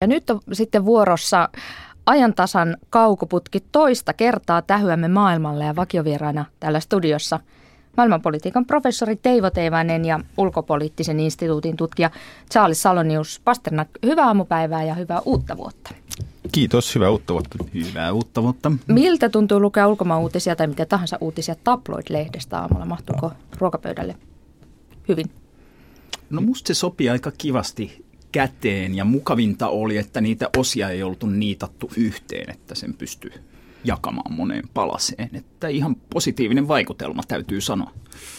Ja nyt on sitten vuorossa ajantasan kaukoputki toista kertaa tähyämme maailmalle ja vakiovieraina täällä studiossa maailmanpolitiikan professori Teivo Teivainen ja ulkopoliittisen instituutin tutkija Charles Salonius-Pasternak. Hyvää aamupäivää ja hyvää uutta vuotta. Kiitos, hyvää uutta vuotta. Hyvää uutta vuotta. Miltä tuntuu lukea ulkomaan-uutisia tai mitä tahansa uutisia tabloid-lehdestä aamulla? Mahtuuko ruokapöydälle hyvin? No musta se sopii aika kivasti käteen ja mukavinta oli, että niitä osia ei oltu niitattu yhteen, että sen pystyy jakamaan moneen palaseen. Että ihan positiivinen vaikutelma täytyy sanoa.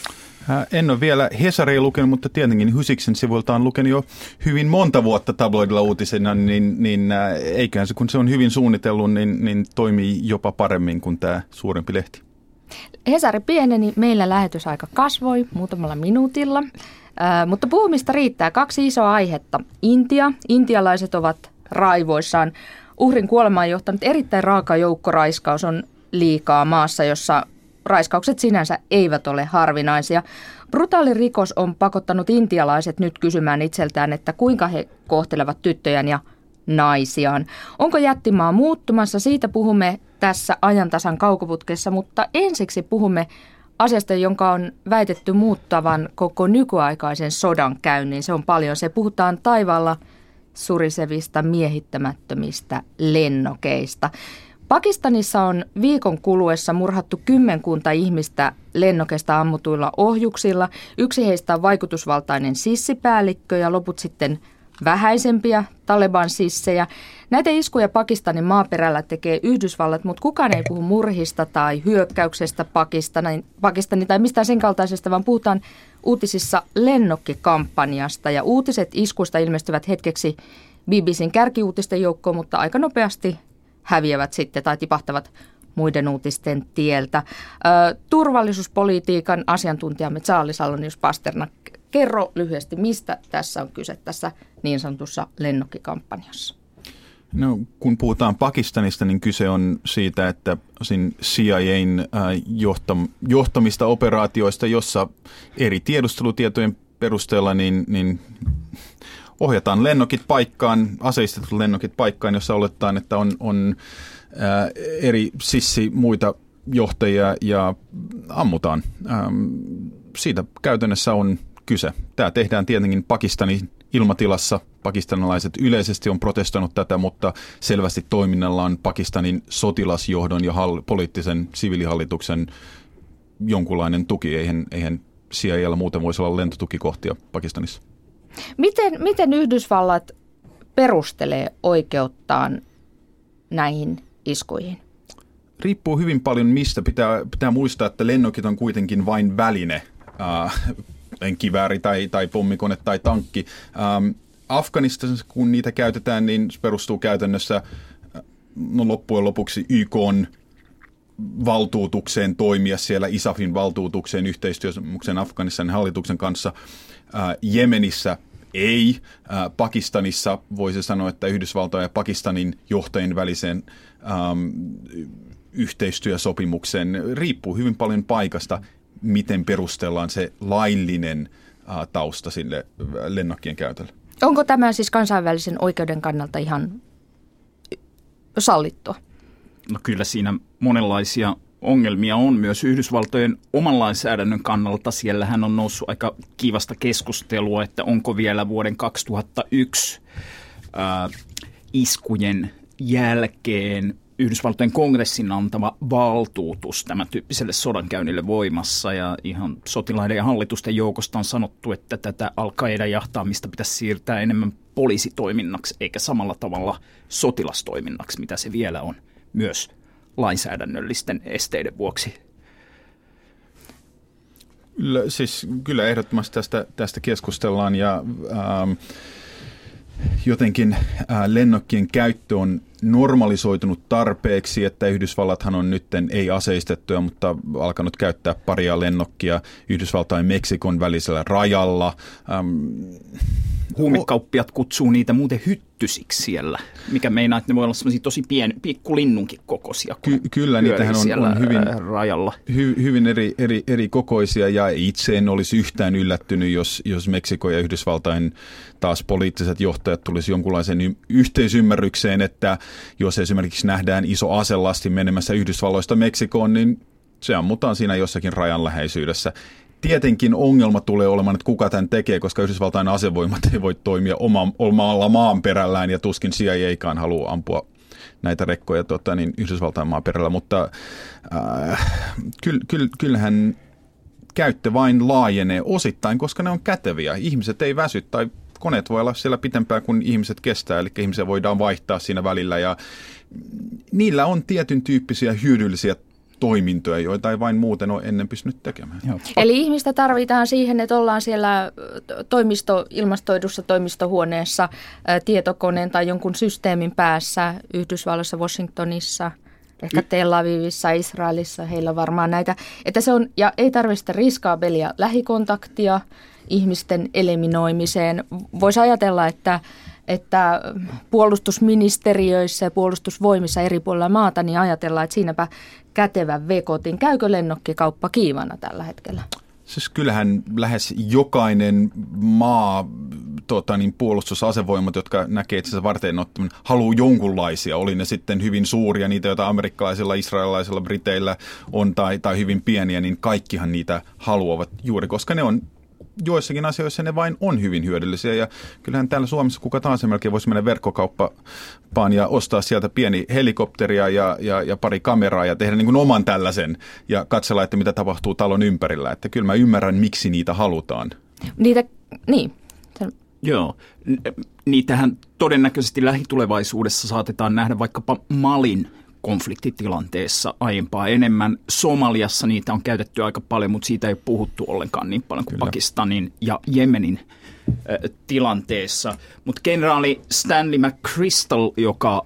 En ole vielä Hesaria lukenut, mutta tietenkin Hysiksen sivuilta on lukenut jo hyvin monta vuotta tabloidilla uutisena, niin eiköhän se, kun se on hyvin suunnitellut, niin toimii jopa paremmin kuin tämä suurempi lehti. Hesari pieneni, meillä lähetysaika kasvoi muutamalla minuutilla, mutta puhumista riittää. 2 isoa aihetta. Intia. Intialaiset ovat raivoissaan. Uhrin kuolemaan johtanut erittäin raaka joukkoraiskaus on liikaa maassa, jossa raiskaukset sinänsä eivät ole harvinaisia. Brutaali rikos on pakottanut intialaiset nyt kysymään itseltään, että kuinka he kohtelevat tyttöjään ja naisiaan. Onko jättimaa muuttumassa? Siitä puhumme tässä ajantasan kaukoputkessa, mutta ensiksi puhumme asiasta, jonka on väitetty muuttavan koko nykyaikaisen sodan käynnin. Se on paljon. Se puhutaan taivaalla surisevista miehittämättömistä lennokeista. Pakistanissa on viikon kuluessa murhattu 10 ihmistä lennokeista ammutuilla ohjuksilla. Yksi heistä on vaikutusvaltainen sissipäällikkö ja loput sitten vähäisempiä Taleban-sissejä. Näitä iskuja Pakistanin maaperällä tekee Yhdysvallat, mutta kukaan ei puhu murhista tai hyökkäyksestä Pakistaniin tai mistään sen kaltaisesta, vaan puhutaan uutisissa lennokkikampanjasta. Ja uutiset iskuista ilmestyvät hetkeksi BBCn kärkiuutisten joukkoon, mutta aika nopeasti häviävät sitten tai tipahtavat muiden uutisten tieltä. Turvallisuuspolitiikan asiantuntijamme Charles Salonius-Pasternak, kerro lyhyesti, mistä tässä on kyse tässä niin sanotussa lennokkikampanjassa? No, kun puhutaan Pakistanista, niin kyse on siitä, että CIA:n johtamista operaatioista, jossa eri tiedustelutietojen perusteella niin ohjataan lennokit paikkaan, aseistetut lennokit paikkaan, jossa oletetaan, että on eri muita johtajia ja ammutaan. Siitä käytännössä on kyse. Tämä tehdään tietenkin Pakistanin ilmatilassa. Pakistanilaiset yleisesti on protestoinut tätä, mutta selvästi toiminnalla on Pakistanin sotilasjohdon ja poliittisen siviilihallituksen jonkunlainen tuki. Eihän CIA:lla muuten voisi olla lentotukikohtia Pakistanissa. Miten Yhdysvallat perustelee oikeuttaan näihin iskuihin? Riippuu hyvin paljon mistä. Pitää muistaa, että lennokit on kuitenkin vain väline, kivääri tai pommikone tai tankki. Afganistanissa, kun niitä käytetään, niin se perustuu käytännössä loppujen lopuksi YK:n valtuutukseen toimia siellä, ISAFin valtuutukseen, yhteistyösopimuksen Afganistanin hallituksen kanssa. Jemenissä ei. Pakistanissa voisi sanoa, että Yhdysvaltojen ja Pakistanin johtajien väliseen yhteistyösopimukseen riippuu hyvin paljon paikasta, miten perustellaan se laillinen tausta sille lennokkien käytölle. Onko tämä siis kansainvälisen oikeuden kannalta ihan sallittua? No kyllä siinä monenlaisia ongelmia on myös Yhdysvaltojen oman lainsäädännön kannalta. Siellähän on noussut aika kiivasta keskustelua, että onko vielä vuoden 2001 iskujen jälkeen Yhdysvaltojen kongressin antama valtuutus tämän tyyppiselle sodankäynnille voimassa. Ja ihan sotilaiden ja hallitusten joukosta on sanottu, että tätä Al-Qaedan jahtaamista pitäisi siirtää enemmän poliisitoiminnaksi eikä samalla tavalla sotilastoiminnaksi, mitä se vielä on myös lainsäädännöllisten esteiden vuoksi. Kyllä ehdottomasti tästä keskustellaan ja jotenkin lennokkien käyttö on normalisoitunut tarpeeksi, että Yhdysvallathan on nyt ei aseistettuja, mutta alkanut käyttää paria lennokkia Yhdysvaltain ja Meksikon välisellä rajalla. Huumekauppiat kutsuu niitä muuten hyttysiksi siellä, mikä meinaa, että ne voi olla sellaisia tosi pikkulinnunkin kokoisia. Kyllä, niitähän on hyvin, rajalla. Hyvin eri kokoisia, ja itse en olisi yhtään yllättynyt, jos Meksiko ja Yhdysvaltain taas poliittiset johtajat tulisi jonkunlaiseen yhteisymmärrykseen, että jos esimerkiksi nähdään iso aselasti menemässä Yhdysvalloista Meksikoon, niin se ammutaan siinä jossakin rajan läheisyydessä. Tietenkin ongelma tulee olemaan, että kuka tämän tekee, koska Yhdysvaltain asevoimat ei voi toimia omalla maanperällään, ja tuskin CIAkaan haluaa ampua näitä rekkoja Yhdysvaltain maaperällä, mutta kyllähän käyttö vain laajenee osittain, koska ne on käteviä. Ihmiset ei väsy, tai koneet voi olla siellä pitempään kuin ihmiset kestää, eli ihmisiä voidaan vaihtaa siinä välillä, ja niillä on tietyn tyyppisiä hyödyllisiä toimintoja, joita ei vain muuten ole ennen pystynyt tekemään. Joo. Eli ihmistä tarvitaan siihen, että ollaan siellä ilmastoidussa toimistohuoneessa tietokoneen tai jonkun systeemin päässä Yhdysvalloissa, Washingtonissa, ehkä Tel Avivissa, Israelissa, heillä on varmaan näitä. Että se on, ja ei tarvitse riskaabelia lähikontaktia ihmisten eliminoimiseen. Voisi ajatella, että puolustusministeriöissä ja puolustusvoimissa eri puolilla maata, niin ajatellaan, että siinäpä kätevä vekotin. Käykö lennokkikauppa kiivana tällä hetkellä? Siis kyllähän lähes jokainen maa, puolustusasevoimat, jotka näkee itse varten haluaa jonkunlaisia. Oli ne sitten hyvin suuria, niitä joita amerikkalaisilla, israelilaisilla, briteillä on, tai hyvin pieniä, niin kaikkihan niitä haluavat juuri, koska ne on joissakin asioissa ne vain on hyvin hyödyllisiä, ja kyllähän täällä Suomessa kuka tahansa melkein voisi mennä verkkokauppaan ja ostaa sieltä pieni helikopteria ja pari kameraa ja tehdä niin kuin oman tällaisen ja katsella, että mitä tapahtuu talon ympärillä. Että kyllä mä ymmärrän, miksi niitä halutaan. Niin. Joo, niitähän todennäköisesti lähitulevaisuudessa saatetaan nähdä vaikkapa Malin konfliktitilanteessa aiempaa enemmän. Somaliassa niitä on käytetty aika paljon, mutta siitä ei ole puhuttu ollenkaan niin paljon kuin Pakistanin ja Jemenin tilanteessa. Mutta kenraali Stanley McChrystal, joka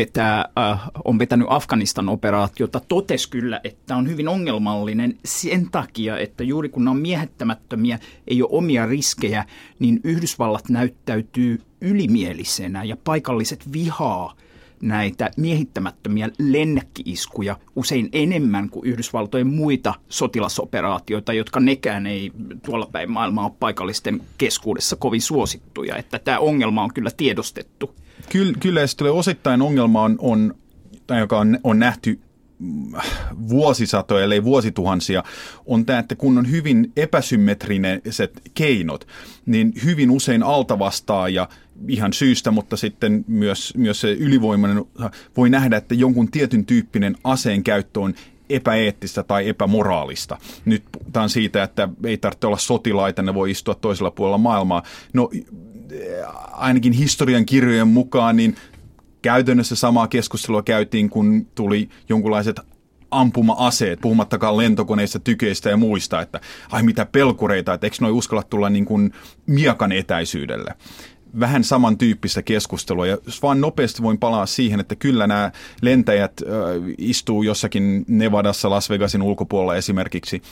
on vetänyt Afganistan-operaatiota, totesi kyllä, että on hyvin ongelmallinen sen takia, että juuri kun ne on miehittämättömiä, ei ole omia riskejä, niin Yhdysvallat näyttäytyy ylimielisenä ja paikalliset vihaa näitä miehittämättömiä lennäkki-iskuja usein enemmän kuin Yhdysvaltojen muita sotilasoperaatioita, jotka nekään ei tuolla päin maailmaa ole paikallisten keskuudessa kovin suosittuja. Että tämä ongelma on kyllä tiedostettu. Kyllä, ja sitten osittain ongelma joka on nähty vuosisatoja, ellei vuosituhansia, on tämä, että kun on hyvin epäsymmetriset keinot, niin hyvin usein altavastaaja ihan syystä, mutta sitten myös se ylivoimainen voi nähdä, että jonkun tietyn tyyppinen aseen käyttö on epäeettistä tai epämoraalista. Nyt puhutaan siitä, että ei tarvitse olla sotilaita, ne voi istua toisella puolella maailmaa. No ainakin historian kirjojen mukaan, niin käytännössä samaa keskustelua käytiin, kun tuli jonkunlaiset ampuma-aseet, puhumattakaan lentokoneista, tykeistä ja muista, että ai mitä pelkureita, että eikö noi uskalla tulla niin kuin miekan etäisyydelle. Vähän samantyyppistä keskustelua, ja vaan nopeasti voin palaa siihen, että kyllä nämä lentäjät istuu jossakin Nevadassa, Las Vegasin ulkopuolella esimerkiksi.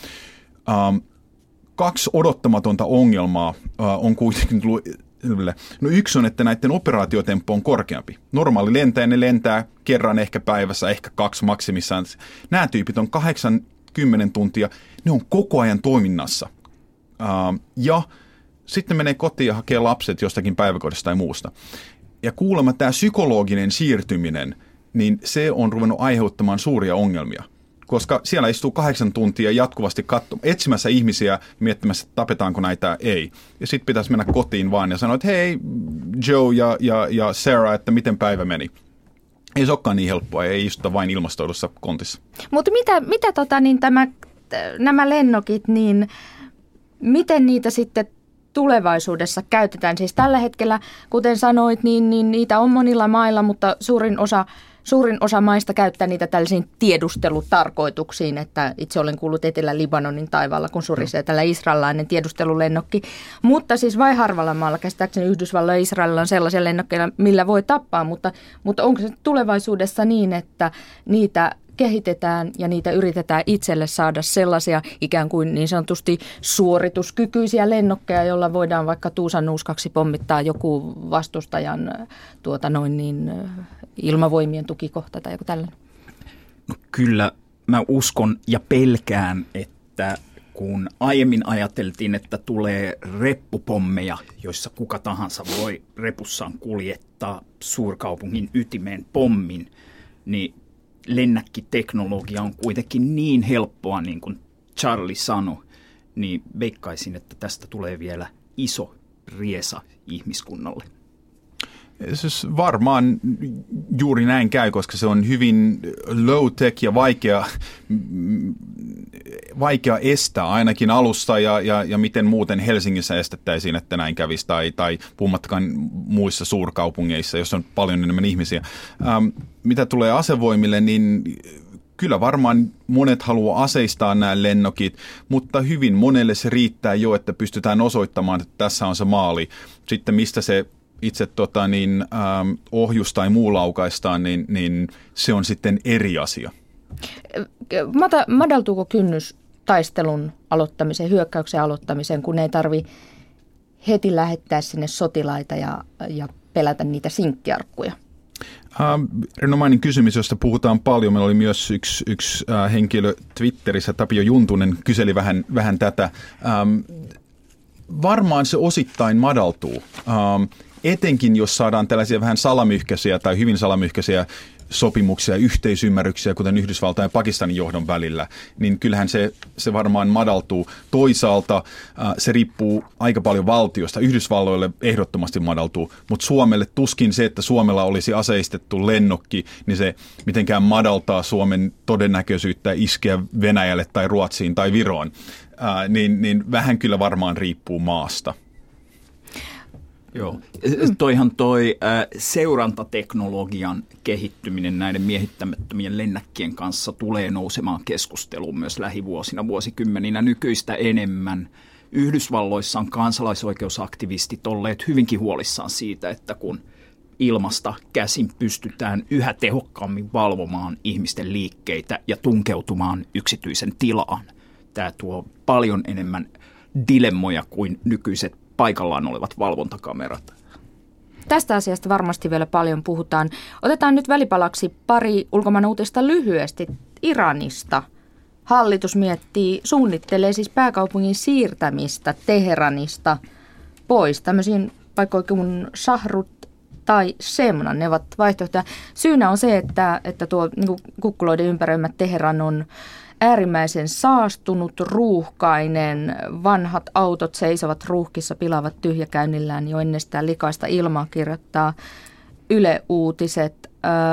2 odottamatonta ongelmaa on kuitenkin tullut. No yksi on, että näiden operaatiotemppo on korkeampi. Normaali lentäjä, ne lentää kerran ehkä päivässä, ehkä 2 maksimissaan. Nämä tyypit on 8-10 tuntia, ne on koko ajan toiminnassa. Ja sitten menee kotiin ja hakee lapset jostakin päiväkodista tai muusta. Ja kuulemma tämä psykologinen siirtyminen, niin se on ruvennut aiheuttamaan suuria ongelmia. Koska siellä istuu 8 tuntia jatkuvasti etsimässä ihmisiä, miettimässä, että tapetaanko näitä, ei. Ja sitten pitäisi mennä kotiin vaan ja sanoa, että hei Joe ja Sarah, että miten päivä meni. Ei se olekaan niin helppoa, ei istuta vain ilmastoidussa kontissa. Mutta nämä lennokit, niin miten niitä sitten tulevaisuudessa käytetään? Siis tällä hetkellä, kuten sanoit, niin niitä on monilla mailla, mutta suurin osa suurin osa maista käyttää niitä tällaisiin tiedustelutarkoituksiin, että itse olen kuullut Etelä-Libanonin taivaalla, kun surisee tällä israelilainen tiedustelulennokki. Mutta siis vain harvalla maalla, käsittääkseni Yhdysvalloilla ja Israelilla on sellaisia lennokkeja, millä voi tappaa, mutta onko se tulevaisuudessa niin, että niitä kehitetään ja niitä yritetään itselle saada sellaisia ikään kuin niin sanotusti suorituskykyisiä lennokkeja, joilla voidaan vaikka tuusannuuskaksi pommittaa joku vastustajan ilmavoimien tukikohta tai joku tällainen? No kyllä mä uskon ja pelkään, että kun aiemmin ajateltiin, että tulee reppupommeja, joissa kuka tahansa voi repussaan kuljettaa suurkaupungin ytimeen pommin, niin lennäkkiteknologia on kuitenkin niin helppoa, niin kuin Charlie sanoi, niin veikkaisin, että tästä tulee vielä iso riesa ihmiskunnalle. Siis varmaan juuri näin käy, koska se on hyvin low-tech ja vaikea estää ainakin alusta ja miten muuten Helsingissä estettäisiin, että näin kävisi tai puhumattakaan muissa suurkaupungeissa, jossa on paljon enemmän ihmisiä. Mitä tulee asevoimille, niin kyllä varmaan monet haluaa aseistaa nämä lennokit, mutta hyvin monelle se riittää jo, että pystytään osoittamaan, että tässä on se maali. Sitten mistä se itse ohjus tai muu laukaistaan, niin se on sitten eri asia. Madaltuuko kynnys taistelun aloittamiseen, hyökkäyksen aloittamiseen, kun ei tarvitse heti lähettää sinne sotilaita ja pelätä niitä sinkkiarkkuja? Erinomainen kysymys, josta puhutaan paljon. Meillä oli myös yksi henkilö Twitterissä, Tapio Juntunen, kyseli vähän tätä. Varmaan se osittain madaltuu. Etenkin jos saadaan tällaisia vähän salamyhkäisiä tai hyvin salamyhkäisiä sopimuksia, yhteisymmärryksiä, kuten Yhdysvaltain ja Pakistanin johdon välillä, niin kyllähän se varmaan madaltuu. Toisaalta se riippuu aika paljon valtiosta. Yhdysvalloille ehdottomasti madaltuu, mutta Suomelle tuskin se, että Suomella olisi aseistettu lennokki, niin se mitenkään madaltaa Suomen todennäköisyyttä iskeä Venäjälle tai Ruotsiin tai Viroon. Niin vähän kyllä varmaan riippuu maasta. Joo. Seurantateknologian kehittyminen näiden miehittämättömien lennäkkien kanssa tulee nousemaan keskusteluun myös lähivuosina, vuosikymmeninä nykyistä enemmän. Yhdysvalloissa on kansalaisoikeusaktivistit olleet hyvinkin huolissaan siitä, että kun ilmasta käsin pystytään yhä tehokkaammin valvomaan ihmisten liikkeitä ja tunkeutumaan yksityisen tilaan. Tämä tuo paljon enemmän dilemmoja kuin nykyiset paikallaan olevat valvontakamerat. Tästä asiasta varmasti vielä paljon puhutaan. Otetaan nyt välipalaksi pari ulkomaanoutista lyhyesti Iranista. Hallitus suunnittelee siis pääkaupungin siirtämistä Teheranista pois. Tämmöisiin paikkoihin kuin Shahrut tai Semna, ne ovat vaihtoehtoja. Syynä on se, että tuo niin kuin kukkuloiden ympäröimä Teheran on äärimmäisen saastunut, ruuhkainen, vanhat autot seisovat ruuhkissa, pilaavat tyhjäkäynnillään jo ennestään likaista ilmaa, kirjoittaa Yle Uutiset.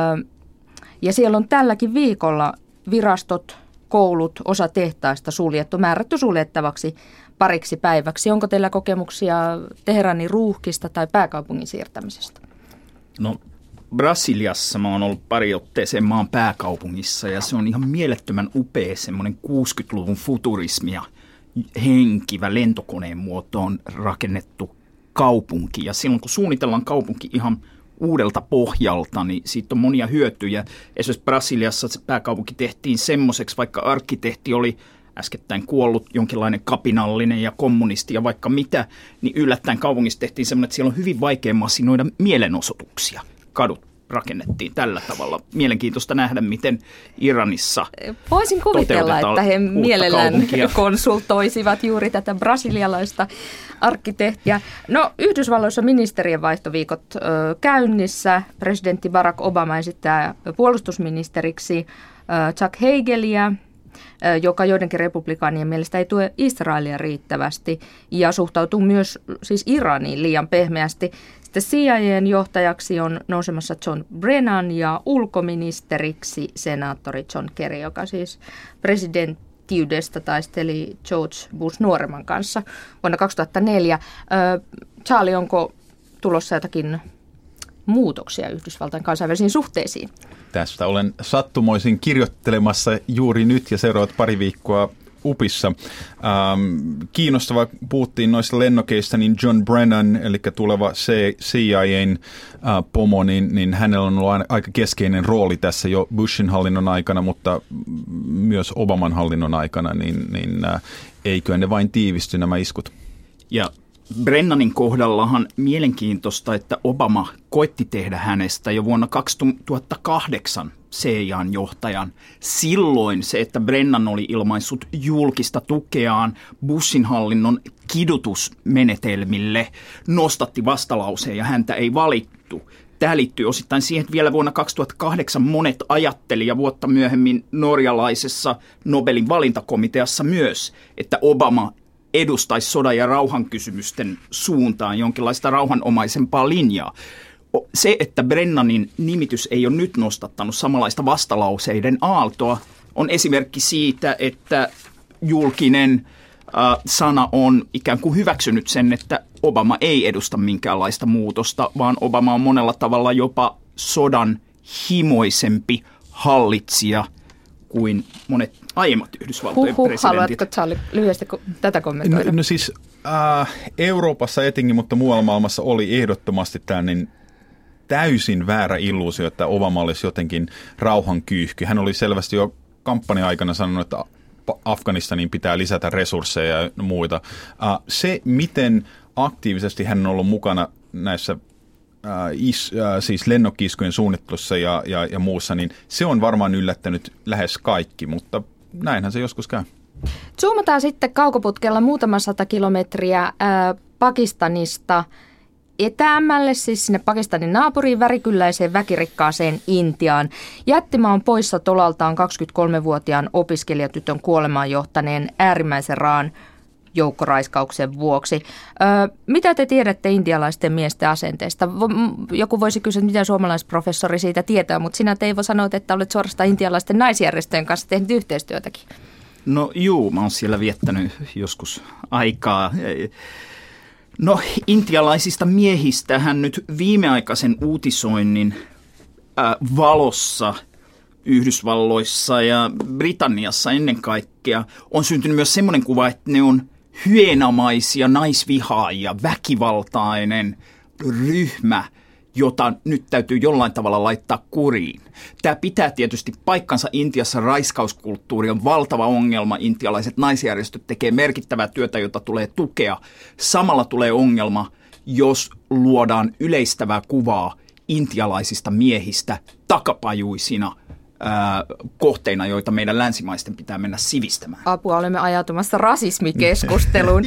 Ja siellä on tälläkin viikolla virastot, koulut, osa tehtaista määrätty suljettavaksi pariksi päiväksi. Onko teillä kokemuksia Teheranin ruuhkista tai pääkaupungin siirtämisestä? No, Brasiliassa mä oon ollut pari otteeseen maan pääkaupungissa ja se on ihan mielettömän upea semmoinen 60-luvun futurismia henkivä lentokoneen muotoon rakennettu kaupunki. Ja silloin kun suunnitellaan kaupunki ihan uudelta pohjalta, niin siitä on monia hyötyjä. Esimerkiksi Brasiliassa se pääkaupunki tehtiin semmoiseksi, vaikka arkkitehti oli äskettäin kuollut jonkinlainen kapinallinen ja kommunisti ja vaikka mitä, niin yllättäen kaupungissa tehtiin semmoinen, että siellä on hyvin vaikea masinoida mielenosoituksia. Kadut rakennettiin tällä tavalla. Mielenkiintoista nähdä, miten Iranissa voisin kuvitella, että he mielellään konsultoisivat juuri tätä brasilialaista arkkitehtiä. No, Yhdysvalloissa ministerien vaihtoviikot käynnissä. Presidentti Barack Obama esittää puolustusministeriksi Chuck Hageliä, joka joidenkin republikaanien mielestä ei tue Israelia riittävästi ja suhtautuu myös siis Iraniin liian pehmeästi. Sitten CIA:n johtajaksi on nousemassa John Brennan ja ulkoministeriksi senaattori John Kerry, joka siis presidenttiydestä taisteli George Bush nuoremman kanssa vuonna 2004. Charlie, onko tulossa jotakin muutoksia Yhdysvaltain kansainvälisiin suhteisiin? Tästä olen sattumoisin kirjoittelemassa juuri nyt ja seuraavat pari viikkoa UPissa. Kiinnostavaa, puhuttiin noista lennokeista, niin John Brennan, eli tuleva CIA:n pomo, niin hänellä on ollut aika keskeinen rooli tässä jo Bushin hallinnon aikana, mutta myös Obaman hallinnon aikana, niin eikö ne vain tiivisty nämä iskut? Ja Brennanin kohdallahan mielenkiintoista, että Obama koitti tehdä hänestä jo vuonna 2008 CIA:n johtajan. Silloin se, että Brennan oli ilmaissut julkista tukeaan Bushin hallinnon kidutusmenetelmille, nostatti vastalauseen ja häntä ei valittu. Tämä liittyy osittain siihen, että vielä vuonna 2008 monet ajatteli ja vuotta myöhemmin norjalaisessa Nobelin valintakomiteassa myös, että Obama edustaisi sodan ja rauhan kysymysten suuntaan jonkinlaista rauhanomaisempaa linjaa. Se, että Brennanin nimitys ei ole nyt nostattanut samanlaista vastalauseiden aaltoa, on esimerkki siitä, että julkinen sana on ikään kuin hyväksynyt sen, että Obama ei edusta minkäänlaista muutosta, vaan Obama on monella tavalla jopa sodan himoisempi hallitsija kuin monet aiemmat Yhdysvaltojen presidentit. Haluatko Charlie lyhyesti tätä kommentoida? No siis Euroopassa etenkin, mutta muualla maailmassa oli ehdottomasti tällainen täysin väärä illuusio, että Obama olisi jotenkin rauhankyyhky. Hän oli selvästi jo kampanja-aikana sanonut, että Afganistaniin pitää lisätä resursseja ja muita. Se, miten aktiivisesti hän on ollut mukana näissä siis lennokki-iskujen suunnittelussa ja muussa, niin se on varmaan yllättänyt lähes kaikki, mutta näinhän se joskus käy. Zoomataan sitten kaukoputkella muutama 100 kilometriä Pakistanista etäämmälle, siis sinne Pakistanin naapuriin värikylläiseen väkirikkaaseen Intiaan. Jättimaa on poissa tolaltaan 23-vuotiaan opiskelijatytön kuolemaan johtaneen äärimmäisen raan joukkoraiskauksen vuoksi. Mitä te tiedätte intialaisten miesten asenteesta? Joku voisi kysyä, mitä suomalaisprofessori siitä tietää, mutta sinä Teivo sanoit, että olet suorastaan intialaisten naisjärjestöjen kanssa tehnyt yhteistyötäkin. No juu, mä oon siellä viettänyt joskus aikaa. No intialaisista miehistähän nyt viimeaikaisen uutisoinnin valossa Yhdysvalloissa ja Britanniassa ennen kaikkea on syntynyt myös semmoinen kuva, että ne on hyeenamaisia naisvihaajia, väkivaltainen ryhmä, jota nyt täytyy jollain tavalla laittaa kuriin. Tämä pitää tietysti paikkansa Intiassa. Raiskauskulttuuri on valtava ongelma. Intialaiset naisjärjestöt tekee merkittävää työtä, jota tulee tukea. Samalla tulee ongelma, jos luodaan yleistävää kuvaa intialaisista miehistä takapajuisina kohteina, joita meidän länsimaisten pitää mennä sivistämään. Apua, olemme ajautumassa rasismikeskusteluun.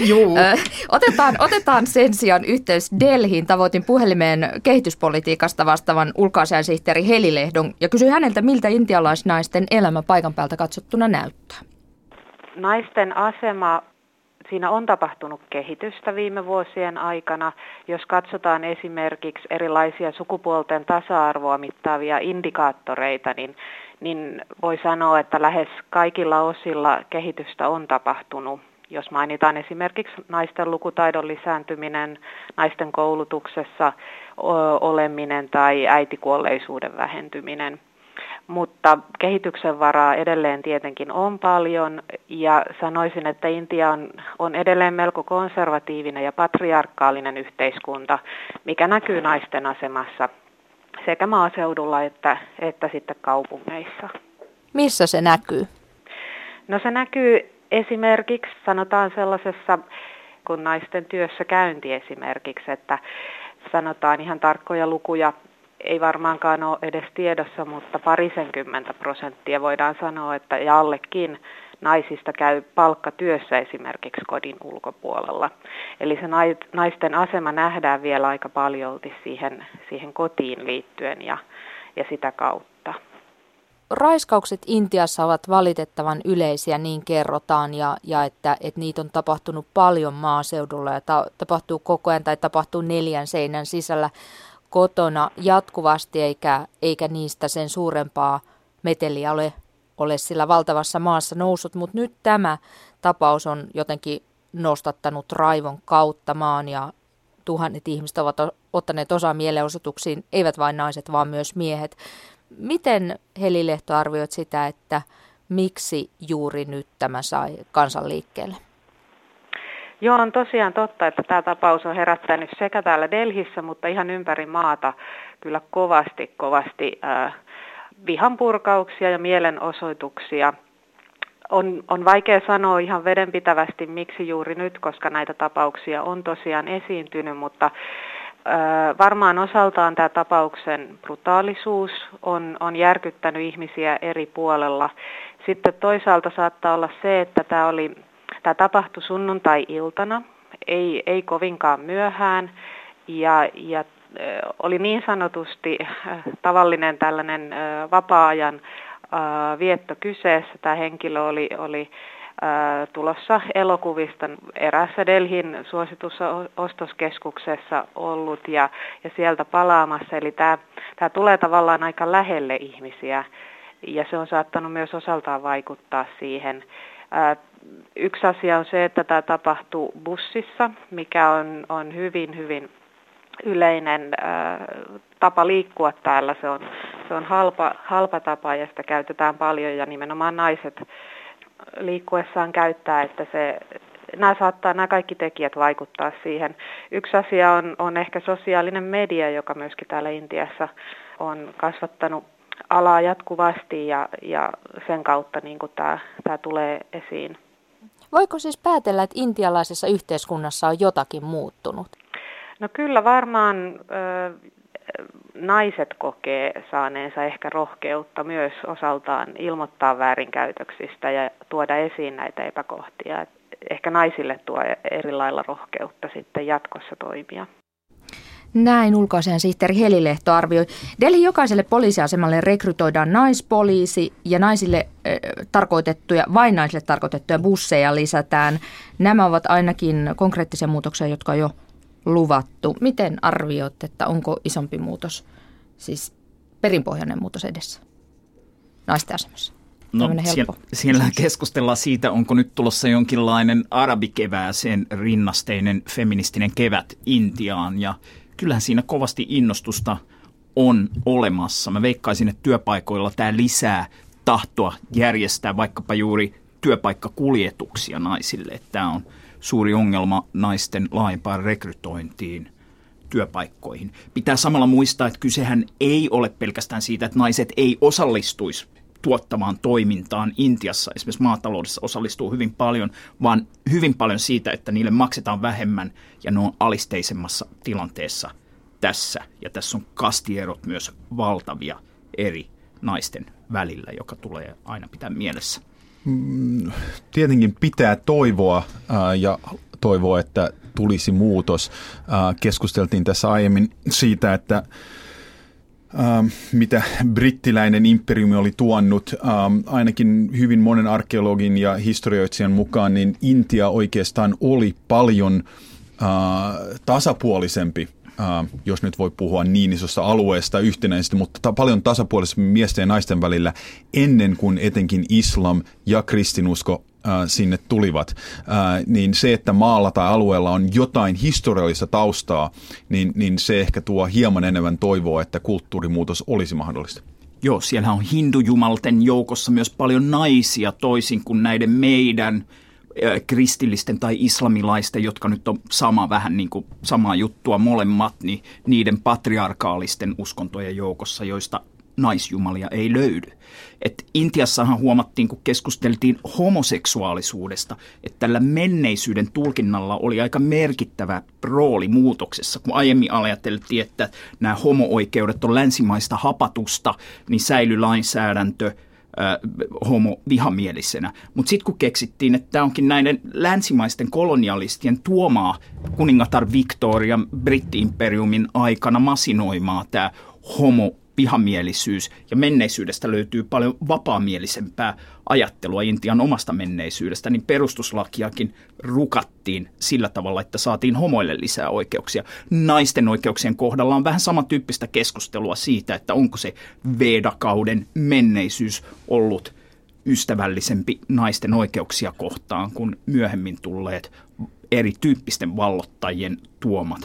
Otetaan sen sijaan yhteys Delhiin. Tavoitin puhelimeen kehityspolitiikasta vastaavan ulkoasiainsihteeri Heli Lehdon ja kysyin häneltä, miltä intialaisnaisten elämä paikan päältä katsottuna näyttää. Naisten asema, siinä on tapahtunut kehitystä viime vuosien aikana. Jos katsotaan esimerkiksi erilaisia sukupuolten tasa-arvoa mittaavia indikaattoreita, niin voi sanoa, että lähes kaikilla osilla kehitystä on tapahtunut. Jos mainitaan esimerkiksi naisten lukutaidon lisääntyminen, naisten koulutuksessa oleminen tai äitikuolleisuuden vähentyminen. Mutta kehityksen varaa edelleen tietenkin on paljon ja sanoisin, että Intia on edelleen melko konservatiivinen ja patriarkaalinen yhteiskunta, mikä näkyy naisten asemassa sekä maaseudulla että sitten kaupungeissa. Missä se näkyy? No se näkyy esimerkiksi, sanotaan sellaisessa kuin naisten työssä käynti esimerkiksi, että sanotaan ihan tarkkoja lukuja. Ei varmaankaan ole edes tiedossa, mutta 20% voidaan sanoa, että ja allekin naisista käy palkkatyössä esimerkiksi kodin ulkopuolella. Eli se naisten asema nähdään vielä aika paljolti siihen kotiin liittyen ja sitä kautta. Raiskaukset Intiassa ovat valitettavan yleisiä, niin kerrotaan, ja että niitä on tapahtunut paljon maaseudulla ja tapahtuu koko ajan tai tapahtuu 4 seinän sisällä kotona jatkuvasti, eikä niistä sen suurempaa meteliä ole sillä valtavassa maassa noussut, mutta nyt tämä tapaus on jotenkin nostattanut raivon kautta maan ja tuhannet ihmiset ovat ottaneet osaa mielenosoituksiin, eivät vain naiset, vaan myös miehet. Miten Heli Lehto arvioit sitä, että miksi juuri nyt tämä sai kansan liikkeelle? Joo, on tosiaan totta, että tämä tapaus on herättänyt sekä täällä Delhissä, mutta ihan ympäri maata kyllä kovasti vihanpurkauksia ja mielenosoituksia. On vaikea sanoa ihan vedenpitävästi, miksi juuri nyt, koska näitä tapauksia on tosiaan esiintynyt, mutta varmaan osaltaan tämä tapauksen brutaalisuus on järkyttänyt ihmisiä eri puolella. Sitten toisaalta saattaa olla se, että tämä tapahtui sunnuntai-iltana, ei kovinkaan myöhään ja oli niin sanotusti tavallinen tällainen vapaa-ajan vietto kyseessä. Tämä henkilö oli tulossa elokuvista eräässä Delhin suositussa ostoskeskuksessa ollut ja sieltä palaamassa. Eli tämä tulee tavallaan aika lähelle ihmisiä ja se on saattanut myös osaltaan vaikuttaa siihen. Yksi asia on se, että tämä tapahtuu bussissa, mikä on hyvin yleinen tapa liikkua täällä. Se on halpa tapa ja sitä käytetään paljon ja nimenomaan naiset liikkuessaan käyttää, että nämä kaikki tekijät vaikuttaa siihen. Yksi asia on ehkä sosiaalinen media, joka myöskin täällä Intiassa on kasvattanut alaa jatkuvasti ja sen kautta niin kuin tämä tulee esiin. Voiko siis päätellä, että intialaisessa yhteiskunnassa on jotakin muuttunut? No kyllä varmaan naiset kokee saaneensa ehkä rohkeutta myös osaltaan ilmoittaa väärinkäytöksistä ja tuoda esiin näitä epäkohtia. Ehkä naisille tuo eri lailla rohkeutta sitten jatkossa toimia. Näin ulkoasiainsihteeri Heli Lehto arvioi. Delhin jokaiselle poliisiasemalle rekrytoidaan naispoliisi ja vain naisille tarkoitettuja busseja lisätään. Nämä ovat ainakin konkreettisia muutoksia, jotka on jo luvattu. Miten arvioit, että onko isompi muutos, siis perinpohjainen muutos edessä naisten asemassa? No, siellä keskustellaan siitä, onko nyt tulossa jonkinlainen arabikevääseen rinnasteinen feministinen kevät Intiaan ja kyllähän siinä kovasti innostusta on olemassa. Mä veikkaisin, että työpaikoilla tämä lisää tahtoa järjestää vaikkapa juuri työpaikkakuljetuksia naisille. Tämä on suuri ongelma naisten laajempaan rekrytointiin työpaikkoihin. Pitää samalla muistaa, että kysehän ei ole pelkästään siitä, että naiset ei osallistuisi tuottavaan toimintaan Intiassa. Esimerkiksi maataloudessa osallistuu hyvin paljon, vaan hyvin paljon siitä, että niille maksetaan vähemmän ja ne on alisteisemmassa tilanteessa tässä. Ja tässä on kastierot myös valtavia eri naisten välillä, joka tulee aina pitää mielessä. Tietenkin pitää toivoa että tulisi muutos. Keskusteltiin tässä aiemmin siitä, että mitä brittiläinen imperiumi oli tuonut. Ainakin hyvin monen arkeologin ja historioitsijan mukaan, niin Intia oikeastaan oli paljon tasapuolisempi, jos nyt voi puhua niin isosta alueesta yhtenäisesti, mutta paljon tasapuolisemmin miesten ja naisten välillä ennen kuin etenkin islam ja kristinusko sinne tulivat, niin se, että maalla tai alueella on jotain historiallista taustaa, niin se ehkä tuo hieman enemmän toivoa, että kulttuurimuutos olisi mahdollista. Joo, siellä on hindujumalten joukossa myös paljon naisia toisin kuin näiden meidän kristillisten tai islamilaisten, jotka nyt on vähän niin kuin samaa juttua molemmat, niin niiden patriarkaalisten uskontojen joukossa, joista naisjumalia ei löydy. Et Intiassahan huomattiin, kun keskusteltiin homoseksuaalisuudesta, että tällä menneisyyden tulkinnalla oli aika merkittävä rooli muutoksessa. Kun aiemmin ajateltiin, että nämä homo-oikeudet on länsimaista hapatusta, niin säilyi lainsäädäntö homo-vihamielisenä. Mutta sitten kun keksittiin, että tämä onkin näiden länsimaisten kolonialistien tuomaa kuningatar Victoria britti-imperiumin aikana masinoimaa tämä homo-vihamielisyys ja menneisyydestä löytyy paljon vapaamielisempää ajattelua Intian omasta menneisyydestä, niin perustuslakiakin rukattiin sillä tavalla, että saatiin homoille lisää oikeuksia. Naisten oikeuksien kohdalla on vähän samantyyppistä keskustelua siitä, että onko se Vedakauden menneisyys ollut ystävällisempi naisten oikeuksia kohtaan kuin myöhemmin tulleet erityyppisten vallottajien tuomat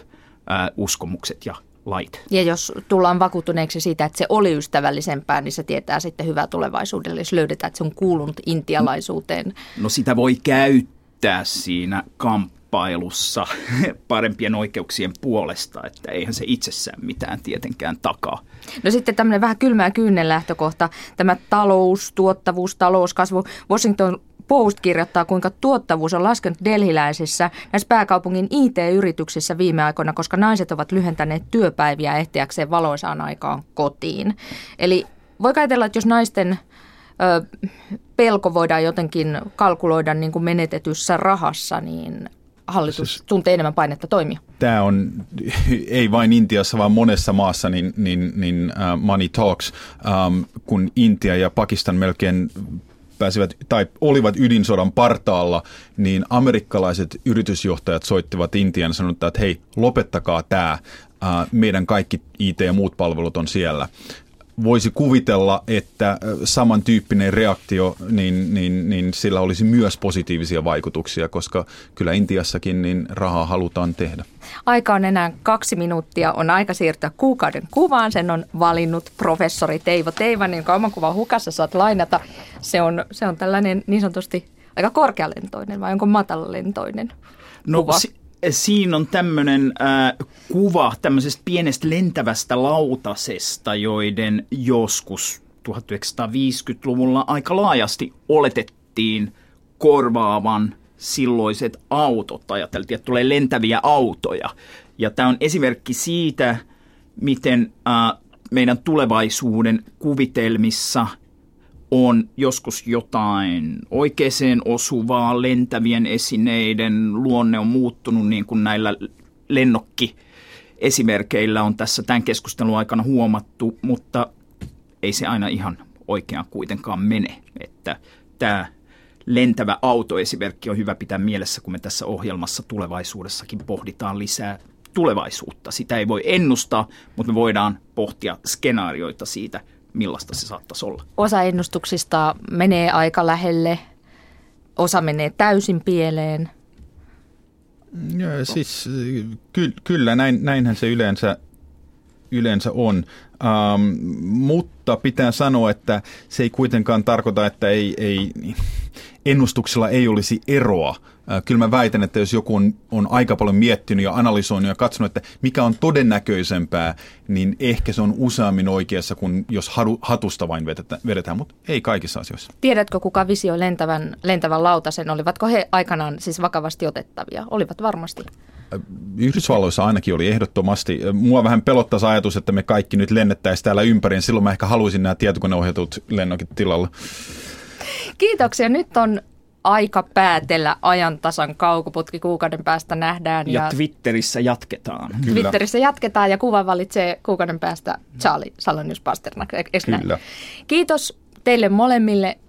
uskomukset ja lait. Ja jos tullaan vakuuttuneeksi siitä, että se oli ystävällisempää, niin se tietää sitten hyvää tulevaisuudelle, jos löydetään, että se on kuulunut intialaisuuteen. No sitä voi käyttää siinä kamppailussa parempien oikeuksien puolesta, että eihän se itsessään mitään tietenkään takaa. No sitten tämmöinen vähän kylmä ja kyyninen lähtökohta, tämä talous, tuottavuus, talouskasvu. Washington Post kirjoittaa, kuinka tuottavuus on laskenut delhiläisissä näissä pääkaupungin IT-yrityksissä viime aikoina, koska naiset ovat lyhentäneet työpäiviä ehtiäkseen valoisaan aikaan kotiin. Eli voi ajatella, että jos naisten pelko voidaan jotenkin kalkuloida niin kuin menetetyssä rahassa, niin hallitus tuntee enemmän painetta toimia. Tämä on, ei vain Intiassa, vaan monessa maassa, money talks, kun Intia ja Pakistan melkein pääsivät tai olivat ydinsodan partaalla, niin amerikkalaiset yritysjohtajat soittivat Intiaan ja sanoivat, että hei, lopettakaa tämä, meidän kaikki IT ja muut palvelut on siellä. Voisi kuvitella, että samantyyppinen reaktio, niin sillä olisi myös positiivisia vaikutuksia, koska kyllä Intiassakin niin rahaa halutaan tehdä. Aika on enää 2 minuuttia. On aika siirtyä kuukauden kuvaan. Sen on valinnut professori Teivo Teivanen, jonka oman kuvan hukassa saat lainata. Se on tällainen niin sanotusti aika korkealentoinen vai onko matalalentoinen kuva? Siinä on tämmöinen kuva tämmöisestä pienestä lentävästä lautasesta, joiden joskus 1950-luvulla aika laajasti oletettiin korvaavan silloiset autot. Ajateltiin, että tulee lentäviä autoja. Ja tämä on esimerkki siitä, miten meidän tulevaisuuden kuvitelmissa on joskus jotain oikeaan osuvaa, lentävien esineiden luonne on muuttunut niin kuin näillä lennokkiesimerkeillä on tässä tämän keskustelun aikana huomattu, mutta ei se aina ihan oikeaan kuitenkaan mene. Että tämä lentävä autoesimerkki on hyvä pitää mielessä, kun me tässä ohjelmassa tulevaisuudessakin pohditaan lisää tulevaisuutta. Sitä ei voi ennustaa, mutta me voidaan pohtia skenaarioita siitä, millaista se saattaisi olla. Osa ennustuksista menee aika lähelle, osa menee täysin pieleen. Ja, siis kyllä, näinhän se yleensä on. Mutta pitää sanoa, että se ei kuitenkaan tarkoita, että ennustuksella ei olisi eroa. Kyllä mä väitän, että jos joku on aika paljon miettinyt ja analysoinut ja katsonut, että mikä on todennäköisempää, niin ehkä se on useammin oikeassa kuin jos hatusta vain vedetään, mutta ei kaikissa asioissa. Tiedätkö, kuka visioi lentävän lautasen? Olivatko he aikanaan siis vakavasti otettavia? Olivat varmasti. Yhdysvalloissa ainakin oli ehdottomasti. Mua vähän pelottaisi ajatus, että me kaikki nyt lennettäisiin täällä ympäri, ja silloin mä ehkä haluaisin nämä tietokoneohjatut lennokit tilalla. Kiitoksia. Nyt on aika päätellä ajantasan kaukoputki, kuukauden päästä nähdään. Ja Twitterissä jatketaan. Kyllä. Twitterissä jatketaan ja kuvan valitsee kuukauden päästä Charlie Salonius Pasternak. Kyllä. Kiitos teille molemmille